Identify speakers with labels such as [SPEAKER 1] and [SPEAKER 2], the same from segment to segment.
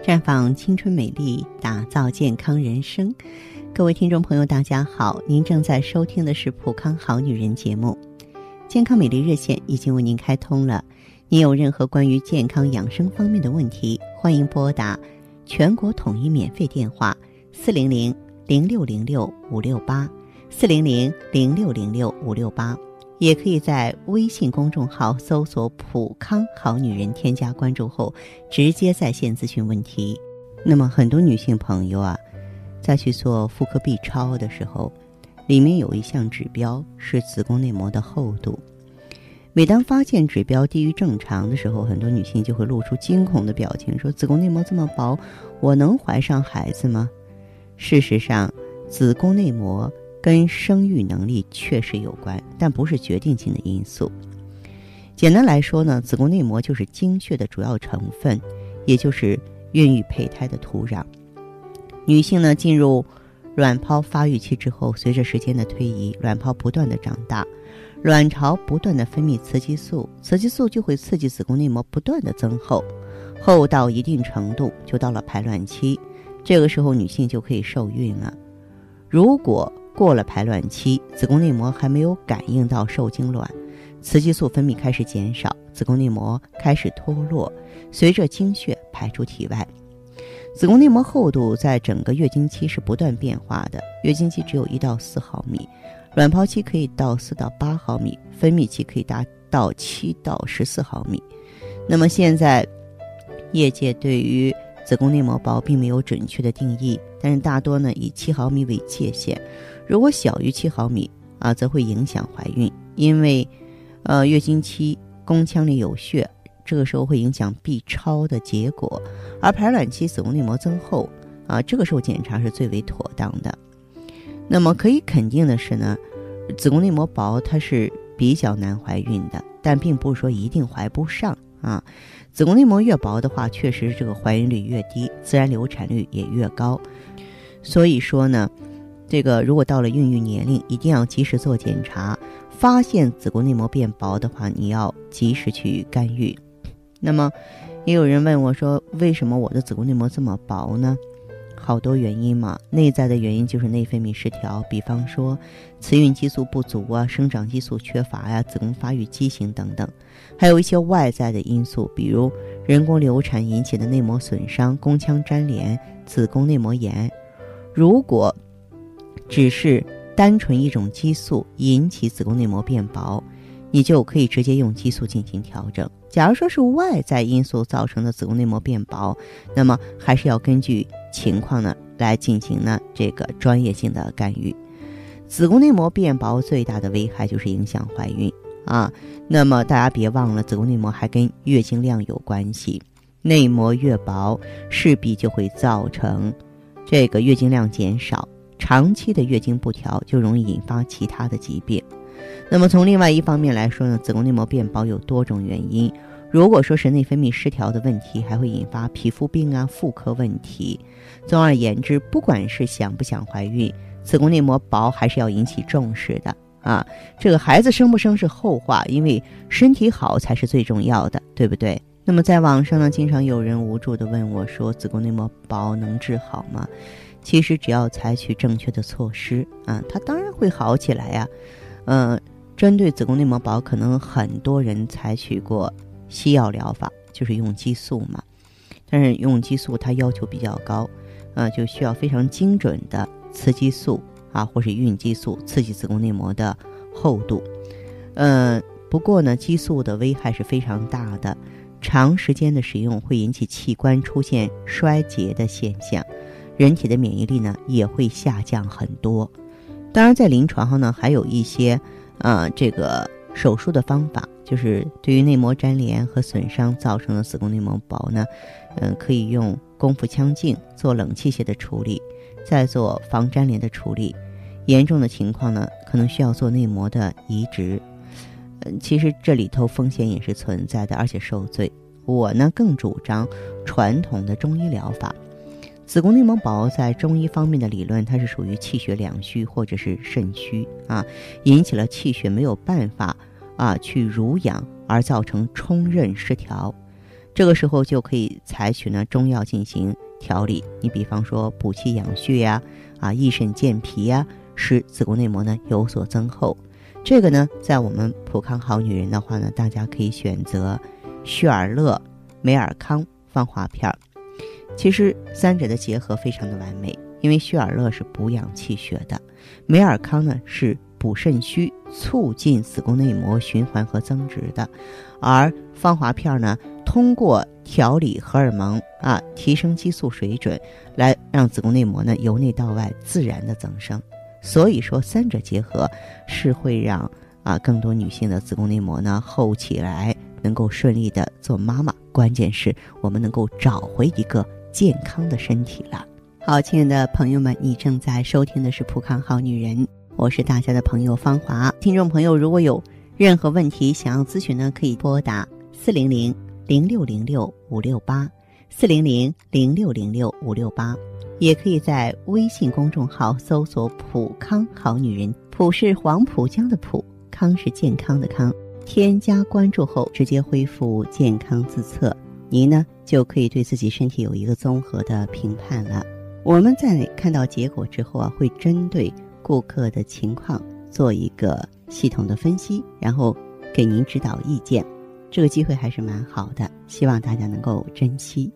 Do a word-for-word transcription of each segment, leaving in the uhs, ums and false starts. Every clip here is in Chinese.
[SPEAKER 1] 绽放青春美丽，打造健康人生。各位听众朋友大家好，您正在收听的是普康好女人节目。健康美丽热线已经为您开通了，您有任何关于健康养生方面的问题，欢迎拨打全国统一免费电话四零零零六零六五六八四零零零六零六五六八，也可以在微信公众号搜索普康好女人，添加关注后直接在线咨询问题。那么很多女性朋友啊，在去做妇科 B 超的时候，里面有一项指标是子宫内膜的厚度。每当发现指标低于正常的时候，很多女性就会露出惊恐的表情，说子宫内膜这么薄，我能怀上孩子吗？事实上，子宫内膜跟生育能力确实有关，但不是决定性的因素。简单来说呢，子宫内膜就是经血的主要成分，也就是孕育胚胎的土壤。女性呢，进入卵泡发育期之后，随着时间的推移，卵泡不断的长大，卵巢不断的分泌雌激素，雌激素就会刺激子宫内膜不断的增厚，厚到一定程度就到了排卵期，这个时候女性就可以受孕了。如果过了排卵期，子宫内膜还没有感应到受精卵，雌激素分泌开始减少，子宫内膜开始脱落，随着经血排出体外。子宫内膜厚度在整个月经期是不断变化的，月经期只有一到四毫米，卵泡期可以到四到八毫米，分泌期可以达到七到十四毫米。那么现在业界对于子宫内膜薄并没有准确的定义，但是大多呢以七毫米为界限，如果小于七毫米啊，则会影响怀孕，因为呃月经期宫腔里有血，这个时候会影响 B 超的结果，而排卵期子宫内膜增厚啊，这个时候检查是最为妥当的。那么可以肯定的是呢，子宫内膜薄它是比较难怀孕的，但并不是说一定怀不上啊。子宫内膜越薄的话，确实这个怀孕率越低，自然流产率也越高。所以说呢，这个如果到了孕育年龄，一定要及时做检查，发现子宫内膜变薄的话，你要及时去干预。那么也有人问我说，为什么我的子宫内膜这么薄呢？好多原因嘛，内在的原因就是内分泌失调，比方说雌孕激素不足啊，生长激素缺乏呀、啊，子宫发育畸形等等。还有一些外在的因素，比如人工流产引起的内膜损伤、宫腔粘连、子宫内膜炎。如果只是单纯一种激素引起子宫内膜变薄，你就可以直接用激素进行调整。假如说是外在因素造成的子宫内膜变薄，那么还是要根据情况呢来进行呢这个专业性的干预。子宫内膜变薄最大的危害就是影响怀孕啊。那么大家别忘了，子宫内膜还跟月经量有关系，内膜越薄，势必就会造成这个月经量减少，长期的月经不调就容易引发其他的疾病。那么从另外一方面来说呢，子宫内膜变薄有多种原因，如果说是内分泌失调的问题，还会引发皮肤病啊、妇科问题。总而言之，不管是想不想怀孕，子宫内膜薄还是要引起重视的啊。这个孩子生不生是后话，因为身体好才是最重要的，对不对？那么在网上呢，经常有人无助地问我说，子宫内膜薄能治好吗？其实只要采取正确的措施啊，它当然会好起来呀。呃，针对子宫内膜薄，可能很多人采取过西药疗法，就是用激素嘛。但是用激素它要求比较高，呃，就需要非常精准的雌激素啊，或是孕激素刺激子宫内膜的厚度。呃，不过呢，激素的危害是非常大的，长时间的使用会引起器官出现衰竭的现象，人体的免疫力呢也会下降很多。当然在临床上呢，还有一些呃这个手术的方法，就是对于内膜粘连和损伤造成的子宫内膜薄呢，嗯、呃，可以用功夫腔镜做冷器械的处理，再做防粘连的处理。严重的情况呢，可能需要做内膜的移植。嗯、呃，其实这里头风险也是存在的，而且受罪。我呢更主张传统的中医疗法。子宫内膜薄在中医方面的理论，它是属于气血两虚或者是肾虚啊，引起了气血没有办法啊去濡养，而造成冲任失调。 这个时候就可以采取呢中药进行调理。你比方说补气养血呀、啊益肾健脾呀，使子宫内膜呢有所增厚。这个呢，在我们普康好女人的话呢，大家可以选择旭尔乐、美尔康芳华片。其实三者的结合非常的完美，因为旭尔乐是补养气血的，美尔康呢是补肾虚，促进子宫内膜循环和增殖的，而芳华片呢，通过调理荷尔蒙啊，提升激素水准，来让子宫内膜呢由内到外自然的增生。所以说三者结合是会让啊更多女性的子宫内膜呢厚起来，能够顺利的做妈妈。关键是我们能够找回一个健康的身体了。好，亲爱的朋友们，你正在收听的是普康好女人，我是大家的朋友芳华。听众朋友如果有任何问题想要咨询呢，可以拨打四零零零六零六五六八四零零零六零六五六八，也可以在微信公众号搜索普康好女人，普是黄浦江的浦，康是健康的康，添加关注后直接恢复健康自测，您呢就可以对自己身体有一个综合的评判了。我们在看到结果之后啊，会针对顾客的情况做一个系统的分析，然后给您指导意见。这个机会还是蛮好的，希望大家能够珍惜。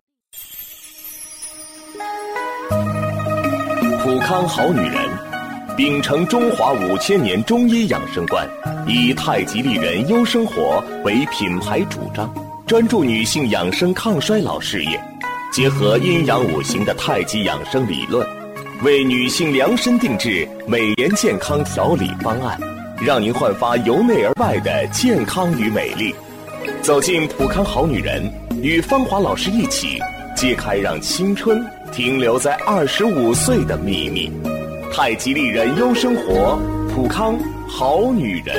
[SPEAKER 2] 普康好女人秉承中华五千年中医养生观，以太极丽人优生活为品牌主张，专注女性养生抗衰老事业，结合阴阳五行的太极养生理论，为女性量身定制美颜健康调理方案，让您焕发由内而外的健康与美丽。走进普康好女人，与芳华老师一起揭开让青春停留在二十五岁的秘密。太极丽人优生活，普康好女人。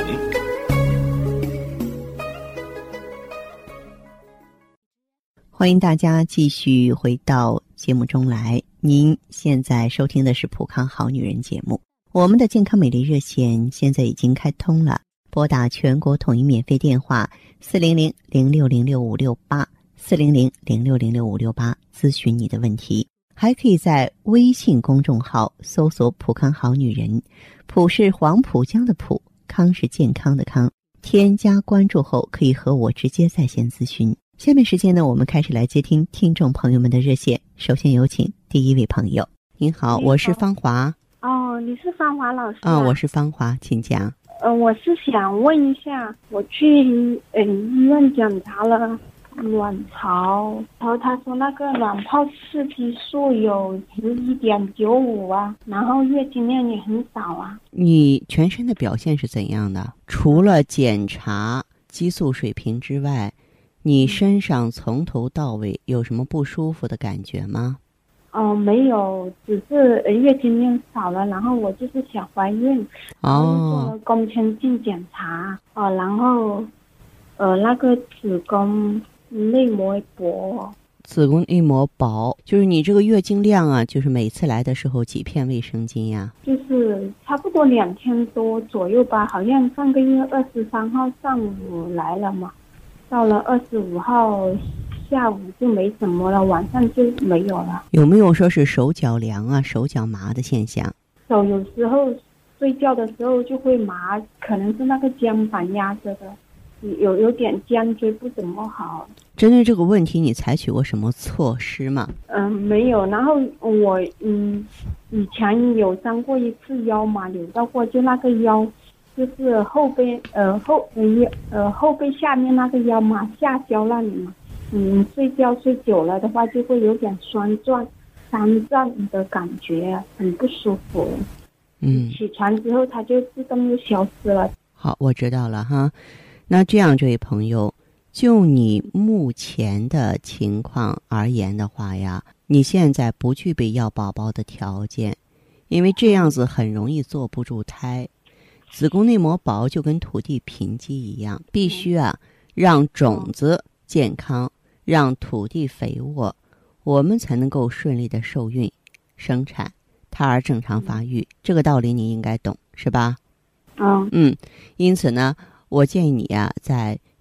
[SPEAKER 1] 欢迎大家继续回到节目中来，您现在收听的是普康好女人节目。我们的健康美丽热线现在已经开通了，拨打全国统一免费电话四零零零六零六五六八四零零零六零六五六八咨询你的问题。还可以在微信公众号搜索普康好女人，普是黄浦江的浦，康是健康的康，添加关注后可以和我直接在线咨询。下面时间呢，我们开始来接听听众朋友们的热线。首先有请第一位朋友。您好，我是芳华。
[SPEAKER 3] 哦，你是芳华老师啊？
[SPEAKER 1] 啊、哦，我是芳华，请讲。
[SPEAKER 3] 呃，我是想问一下，我去呃医院检查了卵巢，然后他说那个卵泡刺激素有十一点九五啊，然后月经量也很少啊。
[SPEAKER 1] 你全身的表现是怎样的？除了检查激素水平之外，你身上从头到尾有什么不舒服的感觉吗？
[SPEAKER 3] 哦、呃，没有，只是月经量少了，然后我就是想怀孕，然后做了宫腔镜检查，哦、呃，然后呃那个子宫内膜薄，
[SPEAKER 1] 子宫内膜薄，就是你这个月经量啊，就是每次来的时候几片卫生巾呀？
[SPEAKER 3] 就是差不多两天多左右吧，好像上个月二十三号上午来了嘛，到了二十五号下午就没什么了，晚上就没有了。有没有说是手脚凉啊、手脚麻的现象？手有时候睡觉的时候就会麻，可能是那个肩膀压着的。有有点肩椎不怎么好。
[SPEAKER 1] 针对这个问题，你采取过什么措施吗？
[SPEAKER 3] 嗯、呃，没有。然后我嗯以前有伤过一次腰嘛，扭到过，就那个腰，就是后背呃后呃呃后背下面那个腰嘛，下焦那里嘛。嗯，睡觉睡久了的话，就会有点酸胀、酸胀的感觉，很不舒服。
[SPEAKER 1] 嗯，
[SPEAKER 3] 起床之后它就自动就消失了。
[SPEAKER 1] 好，我知道了哈。那这样，这位朋友，就你目前的情况而言的话呀，你现在不具备要宝宝的条件，因为这样子很容易坐不住胎。子宫内膜薄就跟土地贫瘠一样，必须啊让种子健康，让土地肥沃，我们才能够顺利的受孕、生产，胎儿正常发育。这个道理你应该懂，是吧？
[SPEAKER 3] 嗯
[SPEAKER 1] 嗯，因此呢。我建议你啊，在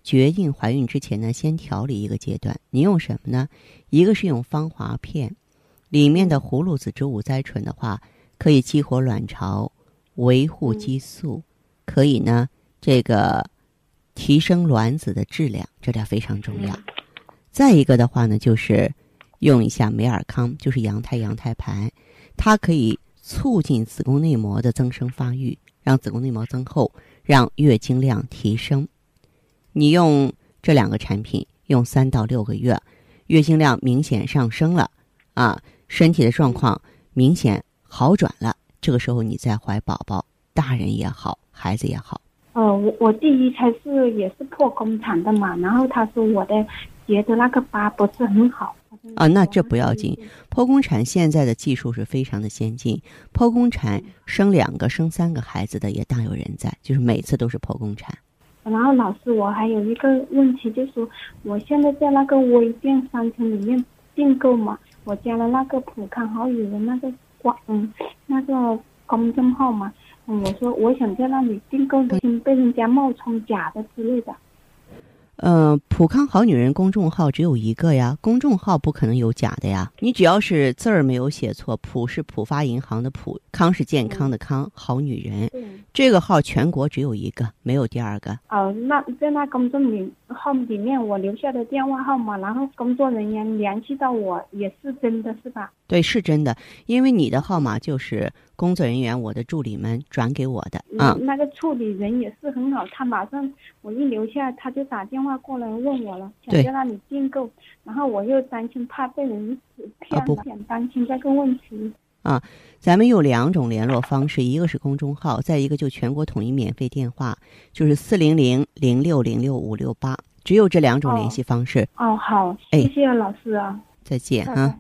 [SPEAKER 1] 决定怀孕之前呢，先调理一个阶段。你用什么呢？一个是用芳华片，里面的葫芦籽植物甾醇的话，可以激活卵巢，维护激素，可以呢这个提升卵子的质量，这点非常重要。再一个的话呢，就是用一下美尔康，就是羊胎羊胎盘，它可以促进子宫内膜的增生发育，让子宫内膜增厚，让月经量提升。你用这两个产品用三到六个月，月经量明显上升了啊，身体的状况明显好转了，这个时候你再怀宝宝，大人也好，孩子也好。
[SPEAKER 3] 哦，我我第一胎是也是剖宫产的嘛，然后他说我的觉得那个疤不是很好。
[SPEAKER 1] 啊，那这不要紧，剖宫产现在的技术是非常的先进，剖宫产生两个生三个孩子的也大有人在，就是每次都是剖宫产。
[SPEAKER 3] 然后老师，我还有一个问题，就是说我现在在那个微店商城里面订购嘛，我加了那个普康好友的那个广嗯那个公众号嘛，嗯，我说我想在那里订购，被人家冒充假的之类的。
[SPEAKER 1] 呃，普康好女人公众号只有一个呀，公众号不可能有假的呀。你只要是字儿没有写错，普是浦发银行的普，康是健康的康，好女人。这个号全国只有一个，没有第二个。
[SPEAKER 3] 哦，那在那公众里号里面我留下的电话号码，然后工作人员联系到我，也是真的是吧？对，
[SPEAKER 1] 是真的，因为你的号码就是工作人员我的助理们转给我的啊、
[SPEAKER 3] 嗯。那个处理人也是很好，他马上我一留下他就打电话过来问我了，想在那里订购，然后我又担心怕被人骗了，很担心这个问题
[SPEAKER 1] 啊。咱们有两种联络方式，一个是公众号，再一个就全国统一免费电话，就是四零零零六零六五六八，只有这两种联系方式。
[SPEAKER 3] 哦，哦好，谢谢老师啊，
[SPEAKER 1] 再见哈。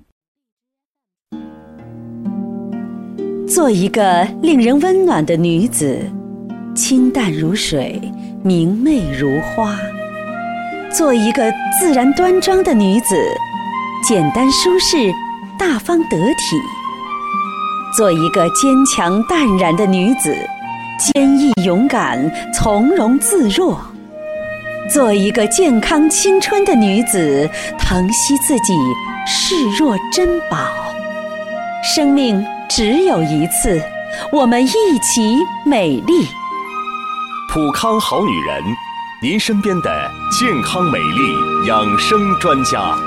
[SPEAKER 4] 做一个令人温暖的女子，清淡如水，明媚如花；做一个自然端庄的女子，简单舒适，大方得体；做一个坚强淡然的女子，坚毅勇敢，从容自若；做一个健康青春的女子，疼惜自己，视若珍宝。生命只有一次，我们一起美丽。
[SPEAKER 2] 普康好女人，您身边的健康美丽养生专家。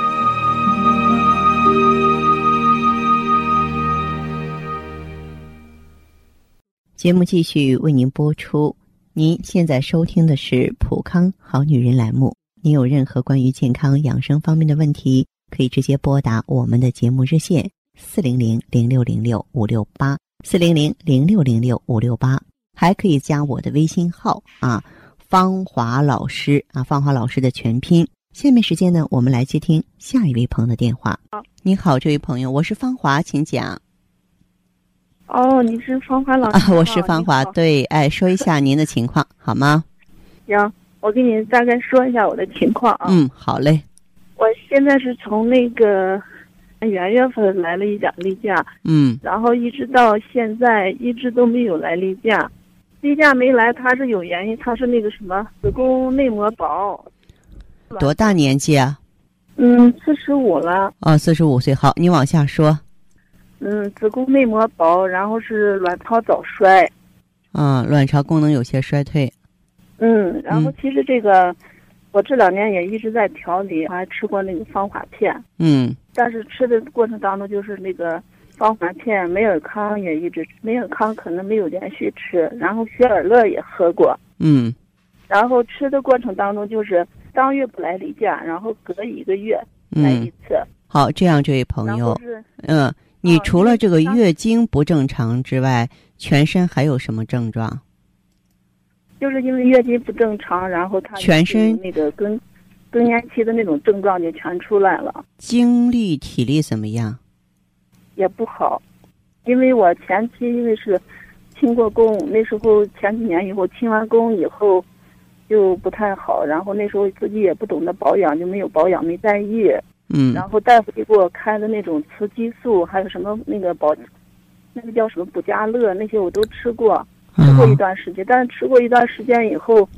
[SPEAKER 1] 节目继续为您播出。您现在收听的是普康好女人栏目。您有任何关于健康养生方面的问题，可以直接拨打我们的节目热线四零零零六零六五六八四零零零六零六五六八，还可以加我的微信号啊，芳华老师啊，芳华老师的全拼。下面时间呢，我们来接听下一位朋友的电话。
[SPEAKER 5] 好，
[SPEAKER 1] 你好，这位朋友，我是芳华，请讲。
[SPEAKER 5] 哦，你是芳华老师
[SPEAKER 1] 啊？我是芳华，对，哎，说一下您的情况好吗？
[SPEAKER 5] 行，我给你大概说一下我的情况啊。
[SPEAKER 1] 嗯，好嘞。
[SPEAKER 5] 我现在是从那个元月份来了一讲例假，
[SPEAKER 1] 嗯，
[SPEAKER 5] 然后一直到现在一直都没有来例假。例假没来，它是有原因，它是那个什么子宫内膜薄。
[SPEAKER 1] 多大年纪啊？
[SPEAKER 5] 嗯，四十五了。
[SPEAKER 1] 哦，四十五岁，好，你往下说。
[SPEAKER 5] 嗯，子宫内膜薄，然后是卵巢早衰。
[SPEAKER 1] 嗯，卵巢功能有些衰退。
[SPEAKER 5] 嗯，然后其实这个。嗯，我这两年也一直在调理，还吃过那个芳华片。
[SPEAKER 1] 嗯，
[SPEAKER 5] 但是吃的过程当中，就是那个芳华片，美尔康也一直吃，美尔康可能没有连续吃，然后雪尔乐也喝过。
[SPEAKER 1] 嗯，
[SPEAKER 5] 然后吃的过程当中，就是当月不来例假，然后隔一个月来一次。
[SPEAKER 1] 嗯、好，这样这位朋友，嗯，你除了这个月经不正常之外，哦、全身还有什么症状？
[SPEAKER 5] 就是因为月经不正常，然后他
[SPEAKER 1] 全身
[SPEAKER 5] 那个更更年期的那种症状就全出来了。
[SPEAKER 1] 精力体力怎么样？
[SPEAKER 5] 也不好，因为我前期因为是清过宫，那时候前几年以后清完宫以后就不太好，然后那时候自己也不懂得保养，就没有保养，没在意。
[SPEAKER 1] 嗯。
[SPEAKER 5] 然后大夫给我开的那种雌激素，还有什么那个保，那个叫什么补佳乐，那些我都吃过。吃过一段时间，但是吃过一段时间以后，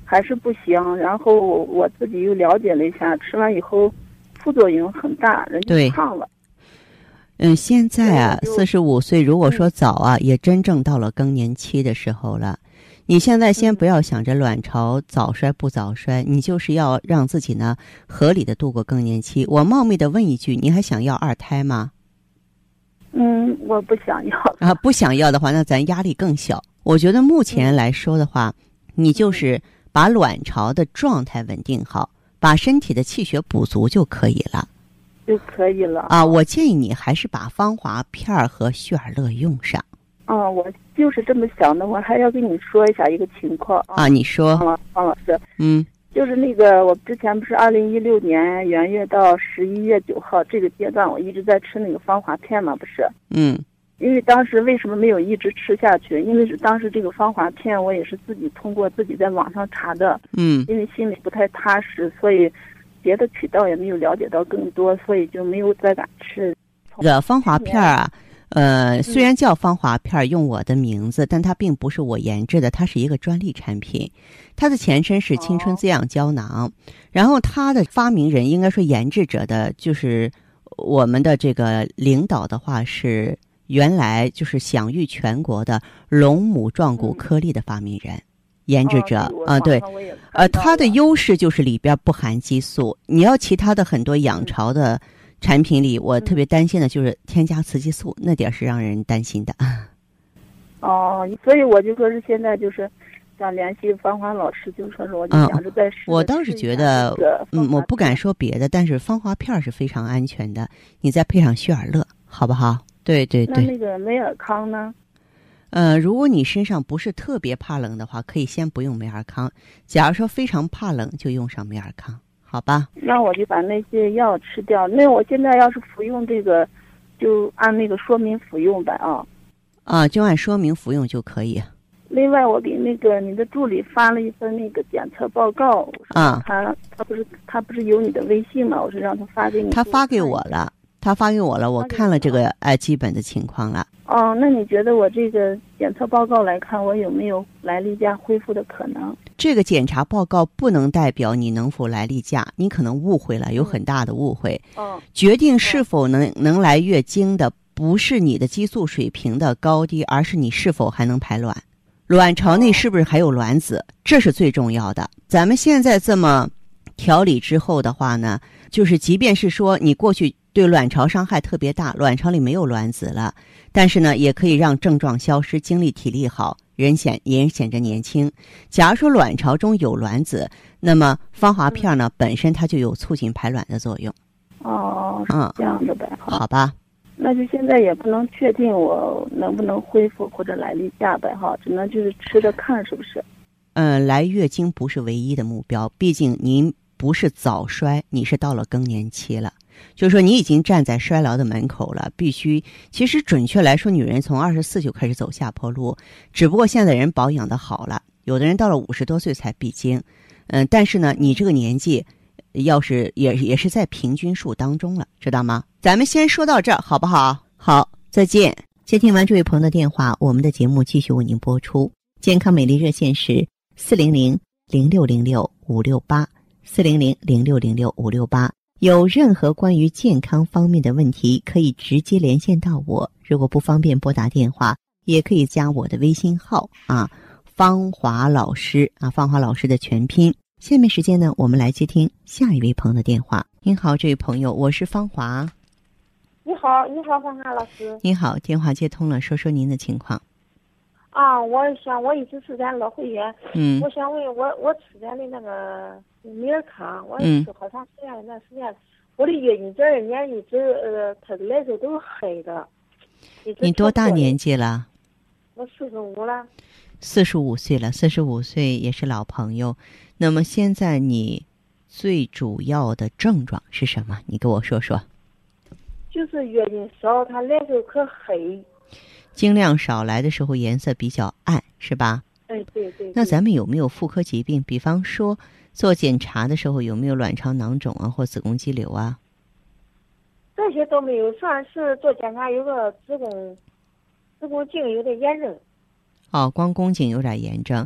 [SPEAKER 5] 还是不行。然后我自己又了解了一下，吃完以后副作用很大，人就胖了。
[SPEAKER 1] 嗯，现在啊，四十五岁，如果说早啊，也真正到了更年期的时候了。你现在先不要想着卵巢早衰不早衰，你就是要让自己呢合理的度过更年期。我冒昧的问一句，你还想要二胎吗？
[SPEAKER 5] 嗯，我不想要。
[SPEAKER 1] 啊，不想要的话，那咱压力更小。我觉得目前来说的话，你就是把卵巢的状态稳定好，把身体的气血补足就可以了。
[SPEAKER 5] 就可以了
[SPEAKER 1] 啊！我建议你还是把芳华片和旭尔乐用上。
[SPEAKER 5] 啊，我就是这么想的。我还要跟你说一下一个情况啊。
[SPEAKER 1] 啊，你说。
[SPEAKER 5] 方方老师，
[SPEAKER 1] 嗯，
[SPEAKER 5] 就是那个我之前不是二零一六年元月到十一月九号这个阶段，我一直在吃那个芳华片嘛，不是？
[SPEAKER 1] 嗯。
[SPEAKER 5] 因为当时为什么没有一直吃下去？因为是当时这个芳华片我也是自己通过自己在网上查的。
[SPEAKER 1] 嗯。
[SPEAKER 5] 因为心里不太踏实，所以别的渠道也没有了解到更多，所以就没有再敢吃。
[SPEAKER 1] 这个芳华片啊，呃，虽然叫芳华片，用我的名字，但它并不是我研制的，它是一个专利产品。它的前身是青春滋养胶囊，然后它的发明人应该说研制者的就是我们的这个领导的话是原来就是享誉全国的龙母壮骨颗粒的发明人。研制者啊、
[SPEAKER 5] 哦
[SPEAKER 1] 呃，对，呃，它的优势就是里边不含激素。你要其他的很多养巢的产品里，嗯、我特别担心的就是添加雌激素，那点是让人担心的。
[SPEAKER 5] 哦，所以我就说是现在就是想联系芳华老师，就说是我就想着再试、
[SPEAKER 1] 嗯。我倒是觉得，嗯，我不敢说别的，但是芳华片是非常安全的。你再配上旭尔乐，好不好？对对对。
[SPEAKER 5] 那那个美尔康呢？
[SPEAKER 1] 呃，如果你身上不是特别怕冷的话，可以先不用美尔康。假如说非常怕冷，就用上美尔康，好吧？
[SPEAKER 5] 那我就把那些药吃掉。那我现在要是服用这个，就按那个说明服用呗啊。
[SPEAKER 1] 啊，就按说明服用就可以。
[SPEAKER 5] 另外，我给那个你的助理发了一份那个检测报告。
[SPEAKER 1] 啊。
[SPEAKER 5] 他他不是他不是有你的微信吗？我是让他发给你。
[SPEAKER 1] 他发给我了。他发给我了，我看了这个呃基本的情况了。
[SPEAKER 5] 哦，那你觉得我这个检测报告来看，我有没有来例假恢复的可能？
[SPEAKER 1] 这个检查报告不能代表你能否来例假，你可能误会了，有很大的误会。
[SPEAKER 5] 嗯，
[SPEAKER 1] 决定是否能能来月经的，不是你的激素水平的高低，而是你是否还能排卵，卵巢内是不是还有卵子，这是最重要的。咱们现在这么调理之后的话呢，就是即便是说你过去对卵巢伤害特别大，卵巢里没有卵子了，但是呢，也可以让症状消失，精力体力好，人显也显着年轻。假如说卵巢中有卵子，那么芳华片呢、嗯、本身它就有促进排卵的作用。
[SPEAKER 5] 哦，是这样的呗。
[SPEAKER 1] 嗯、好吧。
[SPEAKER 5] 那就现在也不能确定我能不能恢复或者来例假呗哈，只能就是吃着看，是不是？
[SPEAKER 1] 嗯，来月经不是唯一的目标，毕竟您不是早衰，你是到了更年期了。就是说你已经站在衰老的门口了，必须其实准确来说，女人从二十四就开始走下坡路，只不过现在人保养的好了，有的人到了五十多岁才闭经。嗯，但是呢，你这个年纪要是也也是在平均数当中了，知道吗？咱们先说到这儿好不好？好，再见。接听完这位朋友的电话，我们的节目继续为您播出。健康美丽热线是四零零零六零六五六八四零零零六零六五六八。有任何关于健康方面的问题，可以直接连线到我。如果不方便拨打电话，也可以加我的微信号啊，芳华老师啊，芳华老师的全拼。下面时间呢，我们来接听下一位朋友的电话。您好，这位朋友，我是芳华。
[SPEAKER 6] 你好，你好，芳华老师。
[SPEAKER 1] 您好，电话接通了，说说您的情况。
[SPEAKER 6] 啊，我想我一直是咱老会员，
[SPEAKER 1] 嗯，
[SPEAKER 6] 我想问我我吃咱的那个美尔康，我吃好长时间了，那时间我的月经这二年一直呃，它来时候都是黑的。
[SPEAKER 1] 你多大年纪了？
[SPEAKER 6] 我四十五了。
[SPEAKER 1] 四十五岁了，四十五岁也是老朋友。那么现在你最主要的症状是什么？你跟我说说。
[SPEAKER 6] 就是月经少，它来时候可黑。
[SPEAKER 1] 经量少，来的时候颜色比较暗，是吧？
[SPEAKER 6] 哎，对 对, 对。
[SPEAKER 1] 那咱们有没有妇科疾病？比方说做检查的时候有没有卵巢囊肿啊，或子宫肌瘤啊？
[SPEAKER 6] 这些都没有，算是做检查有个子宫子宫颈有点炎症。
[SPEAKER 1] 哦，光宫颈有点炎症。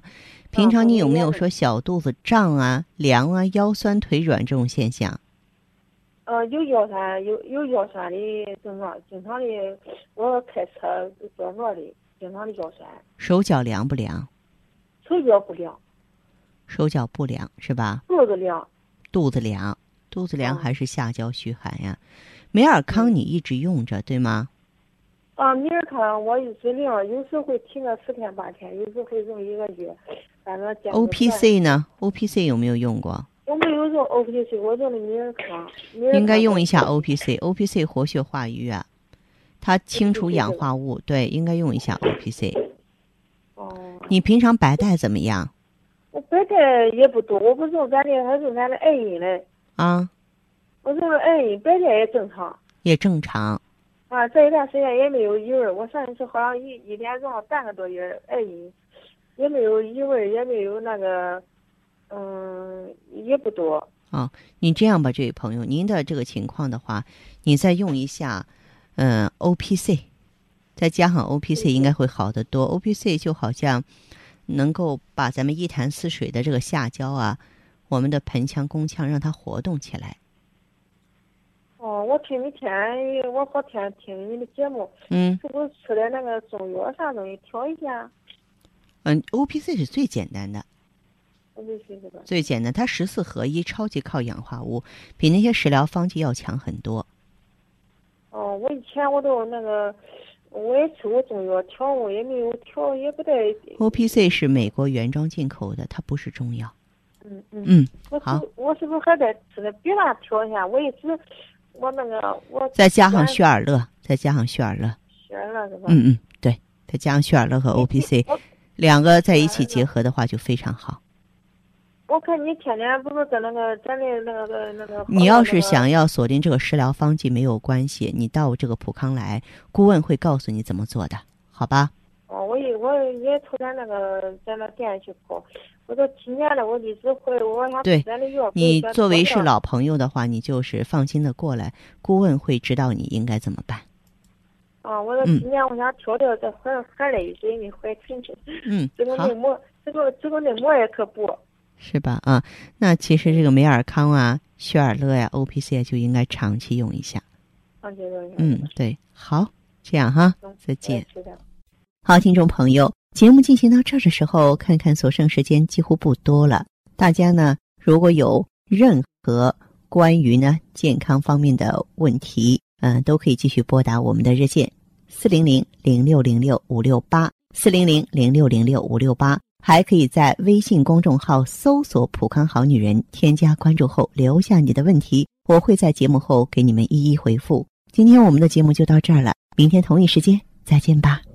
[SPEAKER 1] 平常你有没有说小肚子胀啊、凉啊、腰酸腿软这种现象？
[SPEAKER 6] 呃，有腰酸，有有腰酸的症状，经常的我开车坐nor的，经常的腰酸。
[SPEAKER 1] 手脚凉不凉？
[SPEAKER 6] 手脚不凉。
[SPEAKER 1] 手脚不凉是吧？
[SPEAKER 6] 肚子凉。
[SPEAKER 1] 肚子凉，肚子凉还是下焦虚寒呀？美尔康你一直用着、嗯、对吗？
[SPEAKER 6] 啊，美尔康我一直用，有时会停个十天八天，有时会用一个月，反正。
[SPEAKER 1] O P C 呢 ？O P C 有没有用过？
[SPEAKER 6] 我没有用 O P C， 我用的美尔康。
[SPEAKER 1] 应该用一下 O P C，O P C 活血化瘀啊，它清除氧化物，对，应该用一下 O P C。
[SPEAKER 6] 哦。
[SPEAKER 1] 你平常白带怎么样？
[SPEAKER 6] 我白带也不多，我不用咱的，还用咱的艾因嘞。
[SPEAKER 1] 啊。
[SPEAKER 6] 我用的艾因，白带也正常。
[SPEAKER 1] 也正常。
[SPEAKER 6] 啊，这一段时间也没有异味，我上一次好像一一连用了半个多月艾因，也没有异味，也没有那个，嗯，也不多。
[SPEAKER 1] 哦，你这样吧，这位朋友，您的这个情况的话，你再用一下，嗯 ，O P C， 再加上 O P C 应该会好得多。O P C 就好像能够把咱们一潭死水的这个下焦啊，我们的盆腔、宫腔让它活动起来。
[SPEAKER 6] 哦，我听你天，我好天听你的节目，
[SPEAKER 1] 嗯，
[SPEAKER 6] 是不是吃点那个中药啥东西调一下？
[SPEAKER 1] 嗯 ，O P C 是最简单的。
[SPEAKER 6] O P C 是吧？
[SPEAKER 1] 最简单，它十四合一，超级靠氧化物，比那些食疗方剂要强很多。
[SPEAKER 6] 哦，我以前我都那个，我也吃过中药调，我也没有调，也不太。
[SPEAKER 1] O P C 是美国原装进口的，它不是中药。
[SPEAKER 6] 嗯嗯
[SPEAKER 1] 嗯，
[SPEAKER 6] 好。我是不是还得吃点别的调一下？我一直。我那个我
[SPEAKER 1] 再加上血尔乐，再加上血尔乐，
[SPEAKER 6] 血尔乐是吧？
[SPEAKER 1] 嗯嗯，对，再加上血尔乐和 O P C 两个在一起结合的话就非常好。
[SPEAKER 6] 我看你天天不是在那个咱的那个那个。
[SPEAKER 1] 你要是想要锁定这个食疗方剂没有关系，你到这个普康来，顾问会告诉你怎么做的，好吧？
[SPEAKER 6] 哦，我也我也从咱那个咱那店去跑。我都几年了，我一直会我想吃咱的药。
[SPEAKER 1] 你作为是老朋友的话，你就是放心的过来，顾问会指导你应该怎么办。
[SPEAKER 6] 啊，我这几年我想调调，这怀孩累水，你怀亲戚。
[SPEAKER 1] 嗯，
[SPEAKER 6] 这个内膜，这个这个内膜也可补。
[SPEAKER 1] 是吧？啊，那其实这个美尔康啊、血尔乐呀、O P C 就应该长期用一下。
[SPEAKER 6] 长期用一下。
[SPEAKER 1] 嗯，对，好，这样哈，再见。
[SPEAKER 6] 是的。
[SPEAKER 1] 好，听众朋友，节目进行到这儿的时候，看看所剩时间几乎不多了。大家呢，如果有任何关于呢健康方面的问题，嗯、呃，都可以继续拨打我们的热线四零零零六零六五六八四零零零六零六五六八，还可以在微信公众号搜索“普康好女人”，添加关注后留下你的问题，我会在节目后给你们一一回复。今天我们的节目就到这儿了，明天同一时间再见吧。